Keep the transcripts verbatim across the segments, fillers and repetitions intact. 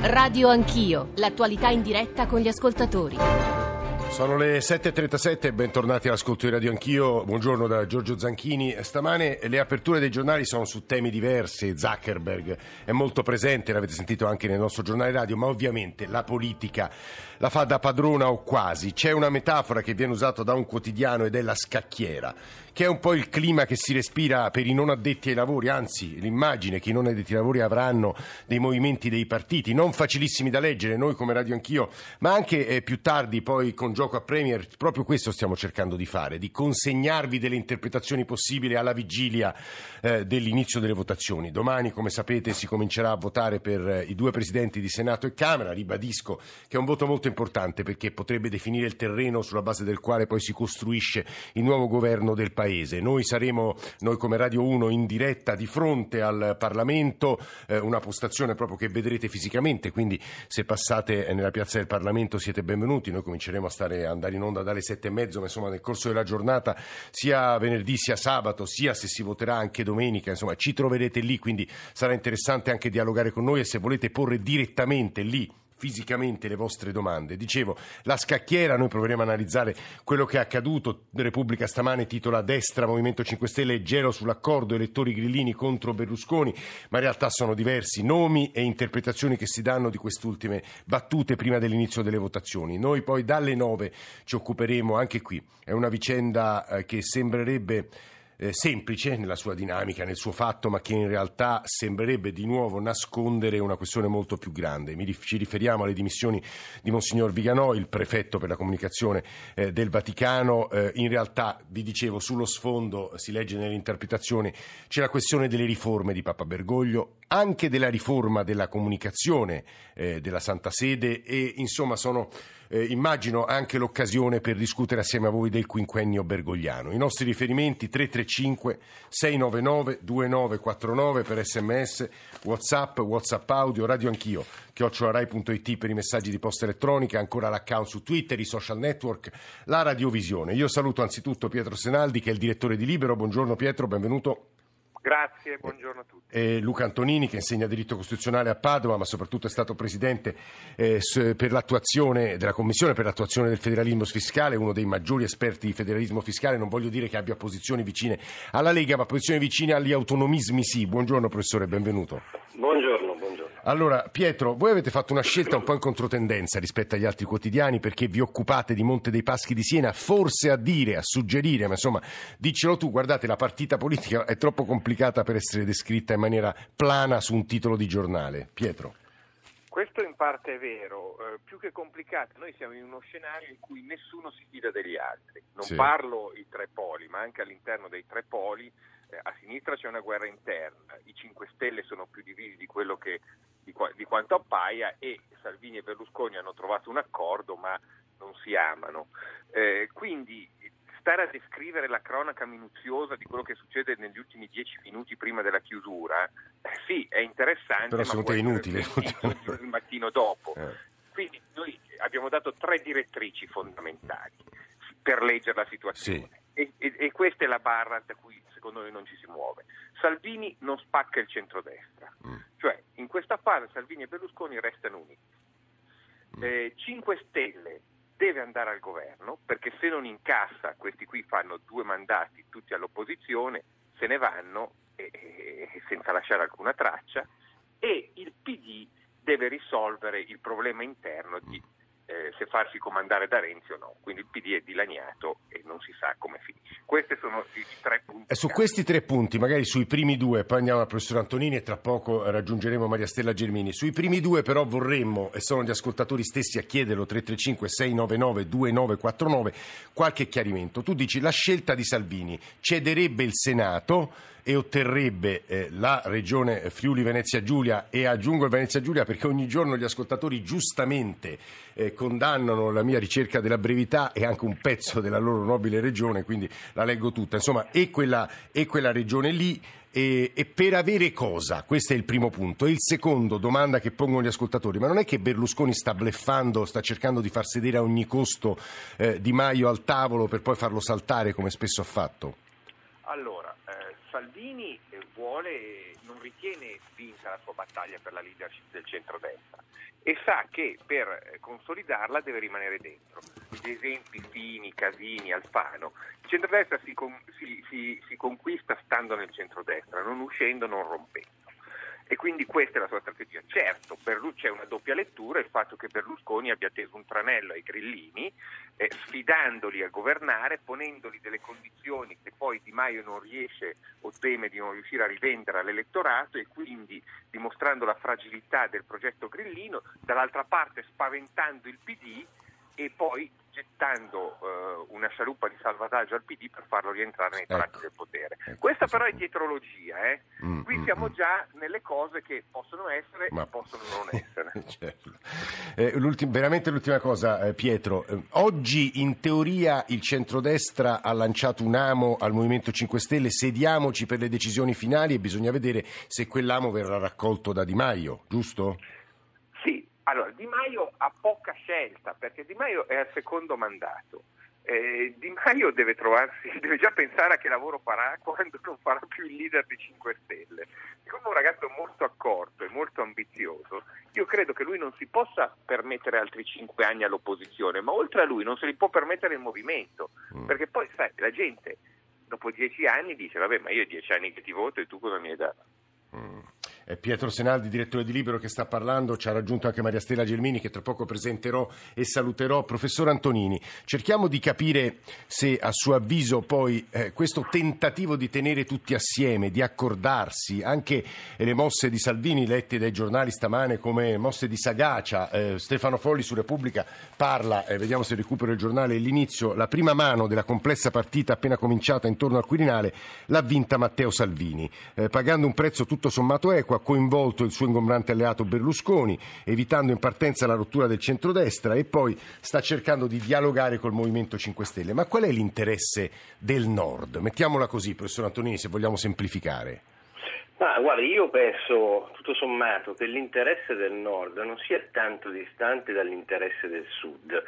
Radio Anch'io, l'attualità in diretta con gli ascoltatori. Sono le sette e trentasette, bentornati all'ascolto di Radio Anch'io. Buongiorno da Giorgio Zanchini. Stamane le aperture dei giornali sono su temi diversi. Zuckerberg è molto presente, l'avete sentito anche nel nostro giornale radio, ma ovviamente la politica la fa da padrona o quasi. C'è una metafora che viene usata da un quotidiano ed è la scacchiera, che è un po' il clima che si respira per i non addetti ai lavori, anzi l'immagine che i non addetti ai lavori avranno dei movimenti dei partiti, non facilissimi da leggere, noi come Radio Anch'io, ma anche eh, più tardi poi con Gioco a Premier, proprio questo stiamo cercando di fare, di consegnarvi delle interpretazioni possibili alla vigilia eh, dell'inizio delle votazioni. Domani, come sapete, si comincerà a votare per eh, i due presidenti di Senato e Camera. Ribadisco che è un voto molto importante perché potrebbe definire il terreno sulla base del quale poi si costruisce il nuovo governo del Paese. Noi saremo, noi come Radio uno, in diretta di fronte al Parlamento, eh, una postazione proprio che vedrete fisicamente, quindi se passate nella piazza del Parlamento siete benvenuti. Noi cominceremo a stare andare in onda dalle sette e mezzo, ma insomma nel corso della giornata, sia venerdì sia sabato, sia se si voterà anche domenica, insomma ci troverete lì, quindi sarà interessante anche dialogare con noi e se volete porre direttamente lì fisicamente le vostre domande. Dicevo, la scacchiera, noi proveremo a analizzare quello che è accaduto. Repubblica stamane titola Destra, Movimento cinque Stelle, gelo sull'accordo, elettori grillini contro Berlusconi, ma in realtà sono diversi nomi e interpretazioni che si danno di quest'ultime battute prima dell'inizio delle votazioni. Noi poi dalle nove ci occuperemo anche qui, è una vicenda eh, che sembrerebbe Eh, semplice nella sua dinamica, nel suo fatto, ma che in realtà sembrerebbe di nuovo nascondere una questione molto più grande. Mi rif- ci riferiamo alle dimissioni di Monsignor Viganò, il prefetto per la comunicazione eh, del Vaticano. Eh, in realtà, vi dicevo, sullo sfondo, si legge nelle interpretazioni, c'è la questione delle riforme di Papa Bergoglio, anche della riforma della comunicazione eh, della Santa Sede e insomma sono... Eh, immagino anche l'occasione per discutere assieme a voi del quinquennio bergogliano. I nostri riferimenti tre tre cinque sei nove nove due nove quattro nove per sms, whatsapp, whatsapp audio, Radio Anch'io chiocciola rai punto it per i messaggi di posta elettronica, ancora l'account su Twitter, i social network, la radiovisione. Io saluto anzitutto Pietro Senaldi, che è il direttore di Libero. Buongiorno Pietro, benvenuto. Grazie, buongiorno a tutti. E Luca Antonini, che insegna diritto costituzionale a Padova, ma soprattutto è stato presidente eh, per l'attuazione della Commissione per l'attuazione del federalismo fiscale, uno dei maggiori esperti di federalismo fiscale. Non voglio dire che abbia posizioni vicine alla Lega, ma posizioni vicine agli autonomismi sì. Buongiorno professore, benvenuto. Buongiorno, buongiorno. Allora Pietro, voi avete fatto una scelta un po' in controtendenza rispetto agli altri quotidiani perché vi occupate di Monte dei Paschi di Siena, forse a dire, a suggerire, ma insomma diccelo tu, guardate, la partita politica è troppo complicata per essere descritta in maniera plana su un titolo di giornale. Pietro. Questo in parte è vero, eh, più che complicato, noi siamo in uno scenario in cui nessuno si fida degli altri. Non sì. Parlo i tre poli, ma anche all'interno dei tre poli, eh, a sinistra c'è una guerra interna, i cinque Stelle sono più divisi di quello che di, qua, di quanto appaia e Salvini e Berlusconi hanno trovato un accordo ma non si amano. Eh, quindi stare a descrivere la cronaca minuziosa di quello che succede negli ultimi dieci minuti prima della chiusura, eh, sì, è interessante, però ma sono inutile il mattino dopo. Eh. Quindi noi abbiamo dato tre direttrici fondamentali per leggere la situazione. Sì. E, e, e questa è la barra da cui secondo noi non ci si muove. Salvini non spacca il centrodestra, mm. cioè in questa fase Salvini e Berlusconi restano uniti. Mm. Eh, cinque Stelle deve andare al governo perché se non incassa, questi qui fanno due mandati tutti all'opposizione, se ne vanno e, e, senza lasciare alcuna traccia, e il P D deve risolvere il problema interno di eh, se farsi comandare da Renzi o no, quindi il P D è dilaniato e non si sa come finisce. Questi sono i tre punti. E su questi tre punti, magari sui primi due, poi andiamo al professor Antonini e tra poco raggiungeremo Maria Stella Gelmini. Sui primi due però vorremmo, e sono gli ascoltatori stessi a chiederlo, tre tre cinque sei nove nove due nove quattro nove, qualche chiarimento. Tu dici la scelta di Salvini cederebbe il Senato e otterrebbe eh, la regione Friuli Venezia Giulia, e aggiungo il Venezia Giulia perché ogni giorno gli ascoltatori giustamente eh, condannano la mia ricerca della brevità e anche un pezzo della loro nobile regione, quindi la leggo tutta, insomma, e quella, e quella regione lì. E, e per avere cosa? Questo è il primo punto. E il secondo, domanda che pongono gli ascoltatori: ma non è che Berlusconi sta bluffando, sta cercando di far sedere a ogni costo eh, Di Maio al tavolo per poi farlo saltare come spesso ha fatto? Allora, eh, Salvini vuole, non ritiene vinta la sua battaglia per la leadership del centrodestra e sa che per consolidarla deve rimanere dentro. Gli esempi Fini, Casini, Alfano. Il centrodestra si, si, si, si conquista stando nel centrodestra, non uscendo, non rompendo. E quindi questa è la sua strategia. Certo, Berlusconi, c'è una doppia lettura, il fatto che Berlusconi abbia teso un tranello ai grillini, eh, sfidandoli a governare, ponendoli delle condizioni che poi Di Maio non riesce o teme di non riuscire a rivendere all'elettorato, e quindi dimostrando la fragilità del progetto grillino, dall'altra parte spaventando il P D e poi gettando uh, una scialuppa di salvataggio al P D per farlo rientrare nei palazzi ecco. del potere. Ecco, Questa però è dietrologia, eh? Mm, qui mm, siamo mm. già nelle cose che possono essere ma possono non essere. Certo. eh, l'ultim- veramente l'ultima cosa, eh, Pietro, eh, oggi in teoria il centrodestra ha lanciato un amo al Movimento cinque Stelle, sediamoci per le decisioni finali, e bisogna vedere se quell'amo verrà raccolto da Di Maio, giusto? Allora, Di Maio ha poca scelta, perché Di Maio è al secondo mandato. Eh, Di Maio deve trovarsi, deve già pensare a che lavoro farà quando non farà più il leader di cinque Stelle. Come un ragazzo molto accorto e molto ambizioso, io credo che lui non si possa permettere altri cinque anni all'opposizione, ma oltre a lui non se li può permettere il movimento, mm. perché poi, sai, la gente dopo dieci anni dice, vabbè, ma io dieci anni che ti voto e tu cosa mi hai dato? Mm. È Pietro Senaldi, direttore di Libero, che sta parlando. Ci ha raggiunto anche Maria Stella Gelmini, che tra poco presenterò e saluterò. Professor Antonini, cerchiamo di capire se a suo avviso poi eh, questo tentativo di tenere tutti assieme, di accordarsi, anche le mosse di Salvini lette dai giornali stamane come mosse di sagacia. eh, Stefano Folli su Repubblica parla, eh, vediamo se recupero il giornale, l'inizio, la prima mano della complessa partita appena cominciata intorno al Quirinale l'ha vinta Matteo Salvini, eh, pagando un prezzo tutto sommato equo, ha coinvolto il suo ingombrante alleato Berlusconi, evitando in partenza la rottura del centrodestra, e poi sta cercando di dialogare col Movimento cinque Stelle. Ma qual è l'interesse del Nord? Mettiamola così, professor Antonini, se vogliamo semplificare. Ma guarda, io penso tutto sommato che l'interesse del Nord non sia tanto distante dall'interesse del Sud.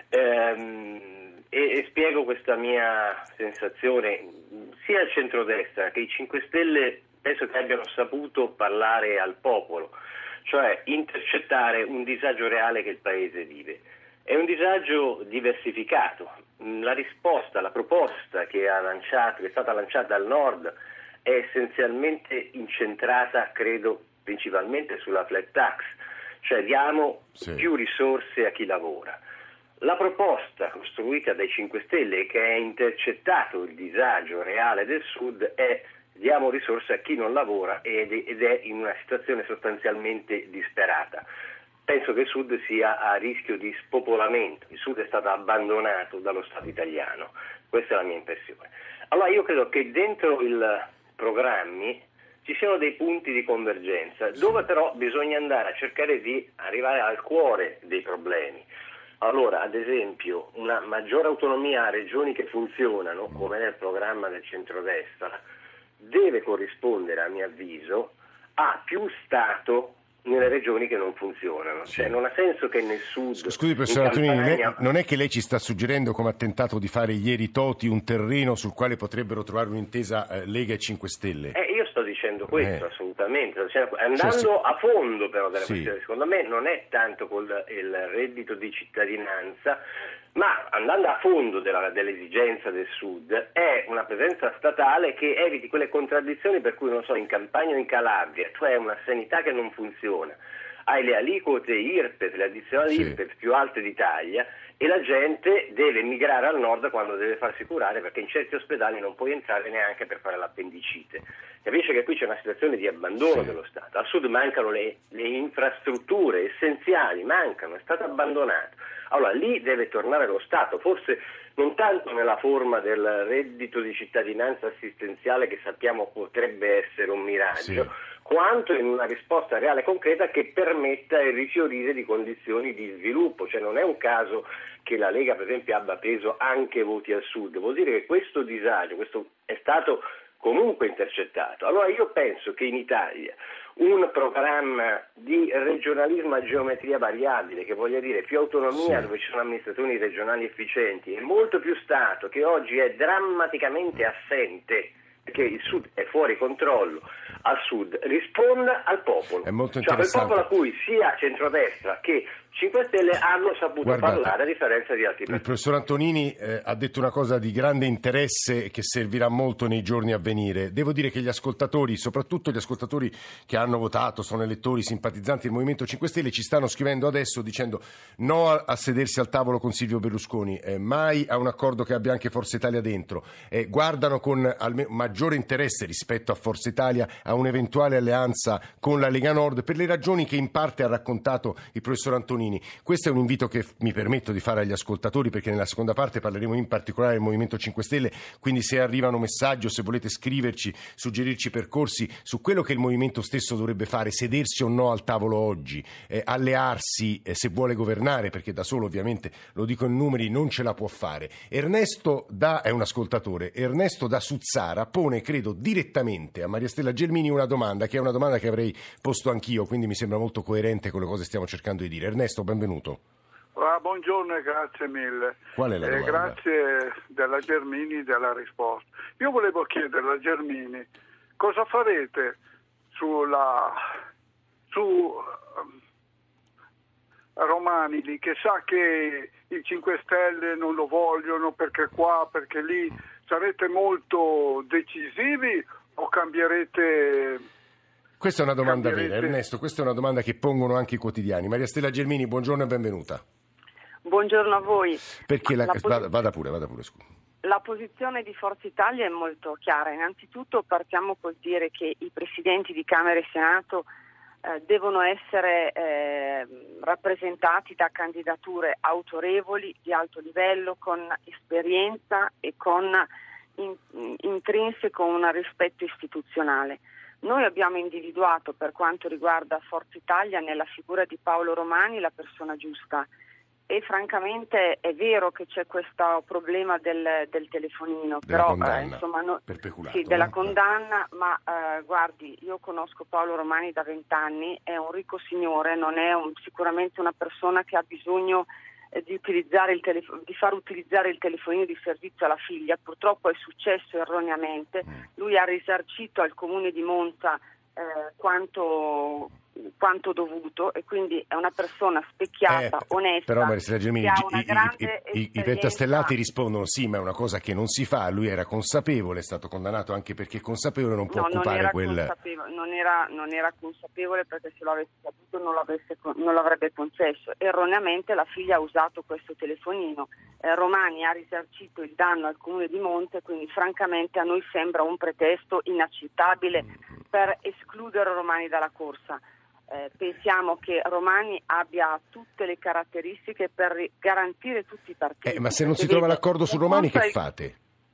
Ehm, e, e spiego questa mia sensazione. Sia il centrodestra che i cinque Stelle penso che abbiano saputo parlare al popolo, cioè intercettare un disagio reale che il Paese vive. È un disagio diversificato. La risposta, la proposta che, ha lanciato, che è stata lanciata al Nord è essenzialmente incentrata, credo, principalmente sulla flat tax, cioè diamo sì. più risorse a chi lavora. La proposta costruita dai cinque Stelle, che ha intercettato il disagio reale del Sud, è diamo risorse a chi non lavora ed è in una situazione sostanzialmente disperata. Penso che il Sud sia a rischio di spopolamento, il Sud è stato abbandonato dallo Stato italiano, questa è la mia impressione. Allora io credo che dentro i programmi ci siano dei punti di convergenza, dove però bisogna andare a cercare di arrivare al cuore dei problemi. Allora, ad esempio, una maggiore autonomia a regioni che funzionano, come nel programma del centrodestra, deve corrispondere, a mio avviso, a più Stato nelle regioni che non funzionano. Sì. Cioè non ha senso che nel Sud... Scusi, professor Antonini, Campania... non è che lei ci sta suggerendo, come ha tentato di fare ieri Toti, un terreno sul quale potrebbero trovare un'intesa eh, Lega e cinque Stelle? Eh, io sto dicendo questo, eh. assolutamente. Cioè, andando sì, sì. a fondo però della sì. questione, secondo me non è tanto col il reddito di cittadinanza, ma andando a fondo della, dell'esigenza del Sud è una presenza statale che eviti quelle contraddizioni per cui, non so, in Campania o in Calabria tu hai una sanità che non funziona, hai le aliquote I R P E F, le addizionali sì. I R P E F più alte d'Italia, e la gente deve migrare al nord quando deve farsi curare, perché in certi ospedali non puoi entrare neanche per fare l'appendicite. Capisce che qui c'è una situazione di abbandono sì. dello Stato. Al Sud mancano le, le infrastrutture essenziali, mancano, è stato abbandonato. Allora lì deve tornare lo Stato, forse non tanto nella forma del reddito di cittadinanza assistenziale, che sappiamo potrebbe essere un miraggio, sì. quanto in una risposta reale e concreta che permetta il rifiorire di condizioni di sviluppo. Cioè non è un caso che la Lega, per esempio, abbia preso anche voti al Sud, vuol dire che questo disagio questo è stato comunque intercettato. Allora io penso che in Italia un programma di regionalismo a geometria variabile, che voglia dire più autonomia sì. dove ci sono amministrazioni regionali efficienti, e molto più Stato, che oggi è drammaticamente assente che il Sud è fuori controllo, al Sud risponda al popolo. È molto cioè interessante. il popolo a cui sia centrodestra che cinque Stelle hanno saputo Guardate, parlare, a differenza di altri partiti. Il professor Antonini eh, ha detto una cosa di grande interesse che servirà molto nei giorni a venire. Devo dire che gli ascoltatori, soprattutto gli ascoltatori che hanno votato, sono elettori simpatizzanti del Movimento cinque Stelle, ci stanno scrivendo adesso dicendo no a, a sedersi al tavolo con Silvio Berlusconi, eh, mai a un accordo che abbia anche Forza Italia dentro, eh, guardano con alme- maggiore interesse rispetto a Forza Italia a un'eventuale alleanza con la Lega Nord per le ragioni che in parte ha raccontato il professor Antonini. Questo è un invito che mi permetto di fare agli ascoltatori, perché nella seconda parte parleremo in particolare del Movimento cinque Stelle, quindi se arrivano messaggi o se volete scriverci, suggerirci percorsi su quello che il Movimento stesso dovrebbe fare, sedersi o no al tavolo oggi, eh, allearsi eh, se vuole governare, perché da solo ovviamente, lo dico in numeri, non ce la può fare. Ernesto da, è un ascoltatore, Ernesto da Suzzara pone, credo direttamente a Maria Stella Gelmini una domanda, che è una domanda che avrei posto anch'io, quindi mi sembra molto coerente con le cose che stiamo cercando di dire. Ernesto, benvenuto. Ah, buongiorno e grazie mille. Qual è la domanda? Eh, grazie della Gelmini della risposta. Io volevo chiedere alla Gelmini cosa farete sulla su um, Romani lì, che sa che i cinque Stelle non lo vogliono perché qua, perché lì. Sarete molto decisivi o cambierete? Questa è una domanda Cambierete... vera, Ernesto, questa è una domanda che pongono anche i quotidiani. Maria Stella Gelmini, buongiorno e benvenuta. Buongiorno a voi. Perché la... la posi... vada, vada pure, vada pure, scusa. La posizione di Forza Italia è molto chiara. Innanzitutto partiamo col dire che i presidenti di Camera e Senato eh, devono essere eh, rappresentati da candidature autorevoli, di alto livello, con esperienza e con in, intrinseco un rispetto istituzionale. Noi abbiamo individuato, per quanto riguarda Forza Italia, nella figura di Paolo Romani la persona giusta, e francamente è vero che c'è questo problema del, del telefonino, della però condanna, eh, insomma no, per peculato, sì, della no? condanna, ma eh, guardi, io conosco Paolo Romani da vent'anni, è un ricco signore, non è un, sicuramente una persona che ha bisogno eh, di utilizzare il telefo- di far utilizzare il telefonino di servizio alla figlia. Purtroppo è successo erroneamente. Mm. Lui ha risarcito al comune di Monza eh, quanto quanto dovuto, e quindi è una persona specchiata, eh, onesta, però Maria Gelmini, che ha una i, grande i, i, i pentastellati rispondono sì, ma è una cosa che non si fa. Lui era consapevole, è stato condannato anche perché consapevole, non può no, occupare non era quel... consapevole, non era, non era consapevole, perché se lo avesse saputo non, l'avesse, non l'avrebbe concesso. Erroneamente la figlia ha usato questo telefonino. eh, Romani ha risarcito il danno al comune di Monte, quindi francamente a noi sembra un pretesto inaccettabile per escludere Romani dalla corsa. Eh, pensiamo che Romani abbia tutte le caratteristiche per garantire tutti i partiti. Eh, ma se non si trova l'accordo su Romani, che fate?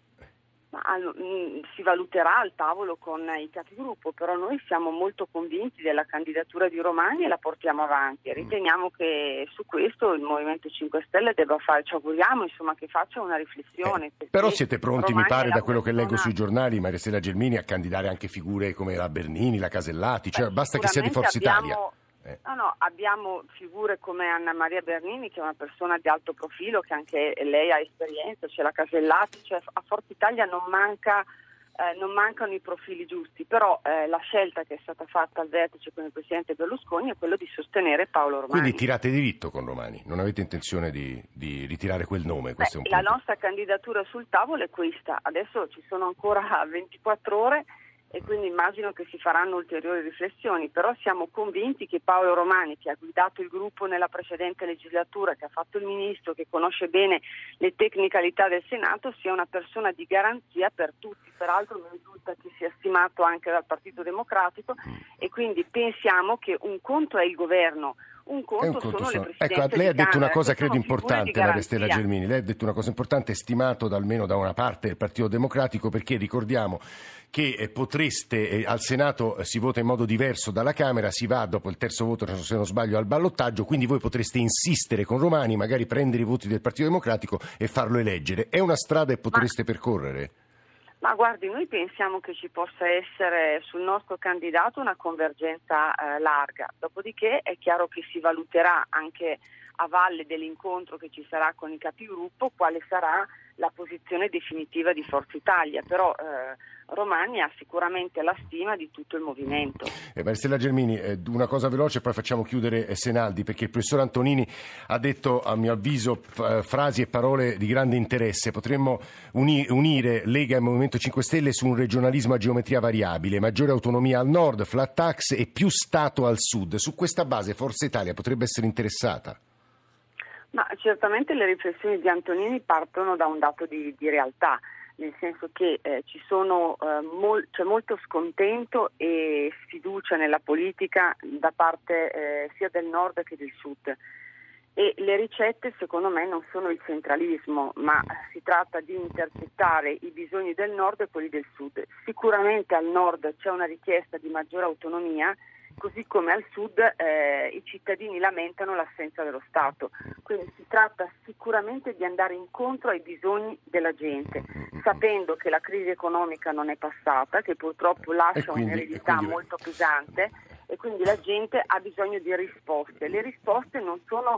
Ma, mh, si valuterà al tavolo con i capigruppo, però noi siamo molto convinti della candidatura di Romani e la portiamo avanti. E riteniamo che su questo il Movimento cinque Stelle debba fare, ci auguriamo insomma che faccia una riflessione. Eh, però siete pronti, Romani mi pare, da quello persona... che leggo sui giornali, Maria Stella Gelmini, a candidare anche figure come la Bernini, la Casellati, cioè Beh, basta che sia di Forza abbiamo... Italia. Eh. No, no, abbiamo figure come Anna Maria Bernini, che è una persona di alto profilo, che anche lei ha esperienza, c'è la Casellati, cioè a Forza Italia non manca, eh, non mancano i profili giusti, però eh, la scelta che è stata fatta al vertice con il presidente Berlusconi è quello di sostenere Paolo Romani. Quindi tirate diritto con Romani, non avete intenzione di, di ritirare quel nome? Questo Beh, è un punto. La nostra candidatura sul tavolo è questa, adesso ci sono ancora ventiquattro ore e quindi immagino che si faranno ulteriori riflessioni, però siamo convinti che Paolo Romani, che ha guidato il gruppo nella precedente legislatura, che ha fatto il ministro, che conosce bene le tecnicalità del Senato, sia una persona di garanzia per tutti. Peraltro mi risulta che sia stimato anche dal Partito Democratico e quindi pensiamo che un conto è il governo, un conto, un conto sono, sono le presidenze. Ecco, lei ha detto Camera, una cosa credo sono importante, Maria Stella Gelmini, lei ha detto una cosa importante, stimato da almeno da una parte del Partito Democratico, perché ricordiamo che eh, potreste, eh, al Senato eh, si vota in modo diverso dalla Camera, si va dopo il terzo voto, se non sbaglio, al ballottaggio, quindi voi potreste insistere con Romani, magari prendere i voti del Partito Democratico e farlo eleggere. È una strada che potreste Ma... percorrere? Ma guardi, noi pensiamo che ci possa essere sul nostro candidato una convergenza eh, larga, dopodiché è chiaro che si valuterà anche a valle dell'incontro che ci sarà con i capigruppo quale sarà la posizione definitiva di Forza Italia, però eh, Romani ha sicuramente la stima di tutto il movimento. Eh, Maristella Gelmini, eh, una cosa veloce e poi facciamo chiudere eh, Senaldi, perché il professor Antonini ha detto, a mio avviso, f- frasi e parole di grande interesse. Potremmo uni- unire Lega e Movimento cinque Stelle su un regionalismo a geometria variabile, maggiore autonomia al nord, flat tax e più Stato al sud. Su questa base Forza Italia potrebbe essere interessata? Ma certamente le riflessioni di Antonini partono da un dato di, di realtà, nel senso che eh, ci sono, eh, mol- c'è molto scontento e sfiducia nella politica da parte eh, sia del nord che del sud, e le ricette secondo me non sono il centralismo, ma si tratta di intercettare i bisogni del nord e quelli del sud. Sicuramente al nord c'è una richiesta di maggiore autonomia, così come al sud eh, i cittadini lamentano l'assenza dello Stato. Quindi si tratta sicuramente di andare incontro ai bisogni della gente, sapendo che la crisi economica non è passata, che purtroppo lascia quindi, un'eredità quindi... molto pesante, e quindi la gente ha bisogno di risposte. Le risposte non sono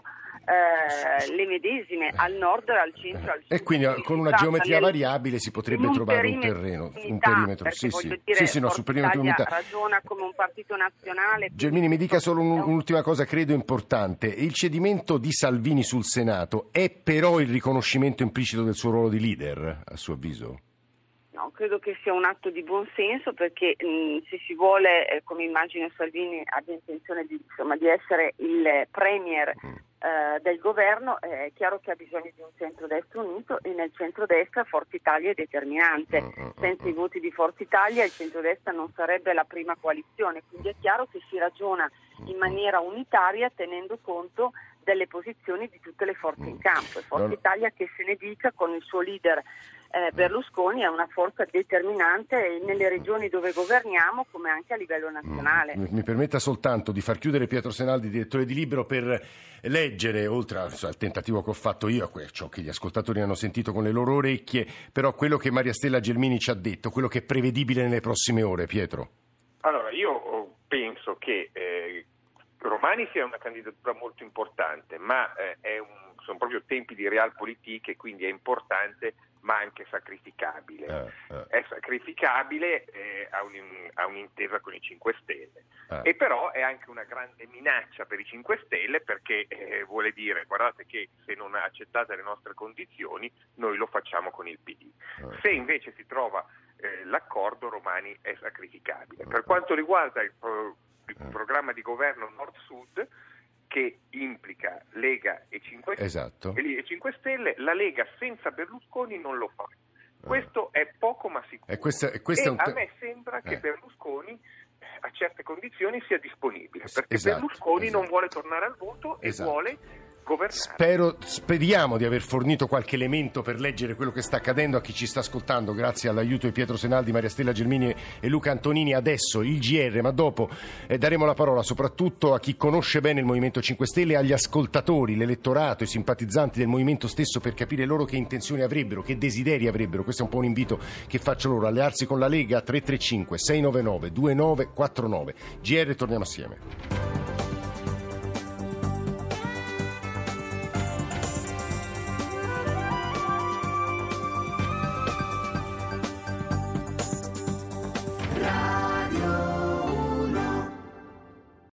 eh, le medesime al nord, al centro, al sud. E quindi, quindi con una geometria nel... variabile si potrebbe un trovare un terreno, unità, un perimetro. Sì, sì. Dire, sì, sì, no, sul perimetro unità. Ragiona come un partito nazionale. Gelmini, mi dica solo un, un'ultima cosa, credo importante. Il cedimento di Salvini sul Senato è però il riconoscimento implicito del suo ruolo di leader, a suo avviso? No, credo che sia un atto di buon senso, perché mh, se si vuole, eh, come immagino Salvini abbia intenzione di, insomma, di essere il premier eh, del governo, eh, è chiaro che ha bisogno di un centrodestra unito, e nel centrodestra Forza Italia è determinante. Senza i voti di Forza Italia il centrodestra non sarebbe la prima coalizione, quindi è chiaro che si ragiona in maniera unitaria tenendo conto delle posizioni di tutte le forze in campo. E Forza Italia, che se ne dica, con il suo leader eh, Berlusconi, è una forza determinante nelle regioni dove governiamo, come anche a livello nazionale. Mi, mi permetta soltanto di far chiudere Pietro Senaldi, direttore di Libero, per leggere, oltre al tentativo che ho fatto io, a ciò che gli ascoltatori hanno sentito con le loro orecchie, però quello che Mariastella Gelmini ci ha detto, quello che è prevedibile nelle prossime ore. Pietro. Allora, io penso che eh, Romani sia una candidatura molto importante, ma eh, è un, sono proprio tempi di realpolitik, e quindi è importante ma anche sacrificabile. Eh, eh. È sacrificabile eh, a, un, a un'intesa con i cinque Stelle, eh. e però è anche una grande minaccia per i cinque Stelle, perché eh, vuole dire, guardate che se non accettate le nostre condizioni noi lo facciamo con il P D. Eh. Se invece si trova eh, l'accordo, Romani è sacrificabile. Per quanto riguarda il pro- il programma di governo Nord-Sud, che implica Lega e cinque, esatto. e cinque Stelle, la Lega senza Berlusconi non lo fa. Questo è poco ma sicuro. E, questa, e, questa e è un te- a me sembra che eh. Berlusconi a certe condizioni sia disponibile, perché esatto, Berlusconi esatto. non vuole tornare al voto e esatto. vuole governare. Spero, speriamo di aver fornito qualche elemento per leggere quello che sta accadendo a chi ci sta ascoltando, grazie all'aiuto di Pietro Senaldi, Mariastella Gelmini e Luca Antonini. Adesso il G R, ma dopo eh, daremo la parola soprattutto a chi conosce bene il Movimento cinque Stelle, agli ascoltatori, l'elettorato, i simpatizzanti del Movimento stesso, per capire loro che intenzioni avrebbero, che desideri avrebbero. Questo è un po' un invito che faccio loro: allearsi con la Lega. Tre tre cinque sei nove nove due nove quattro nove. G R, torniamo assieme.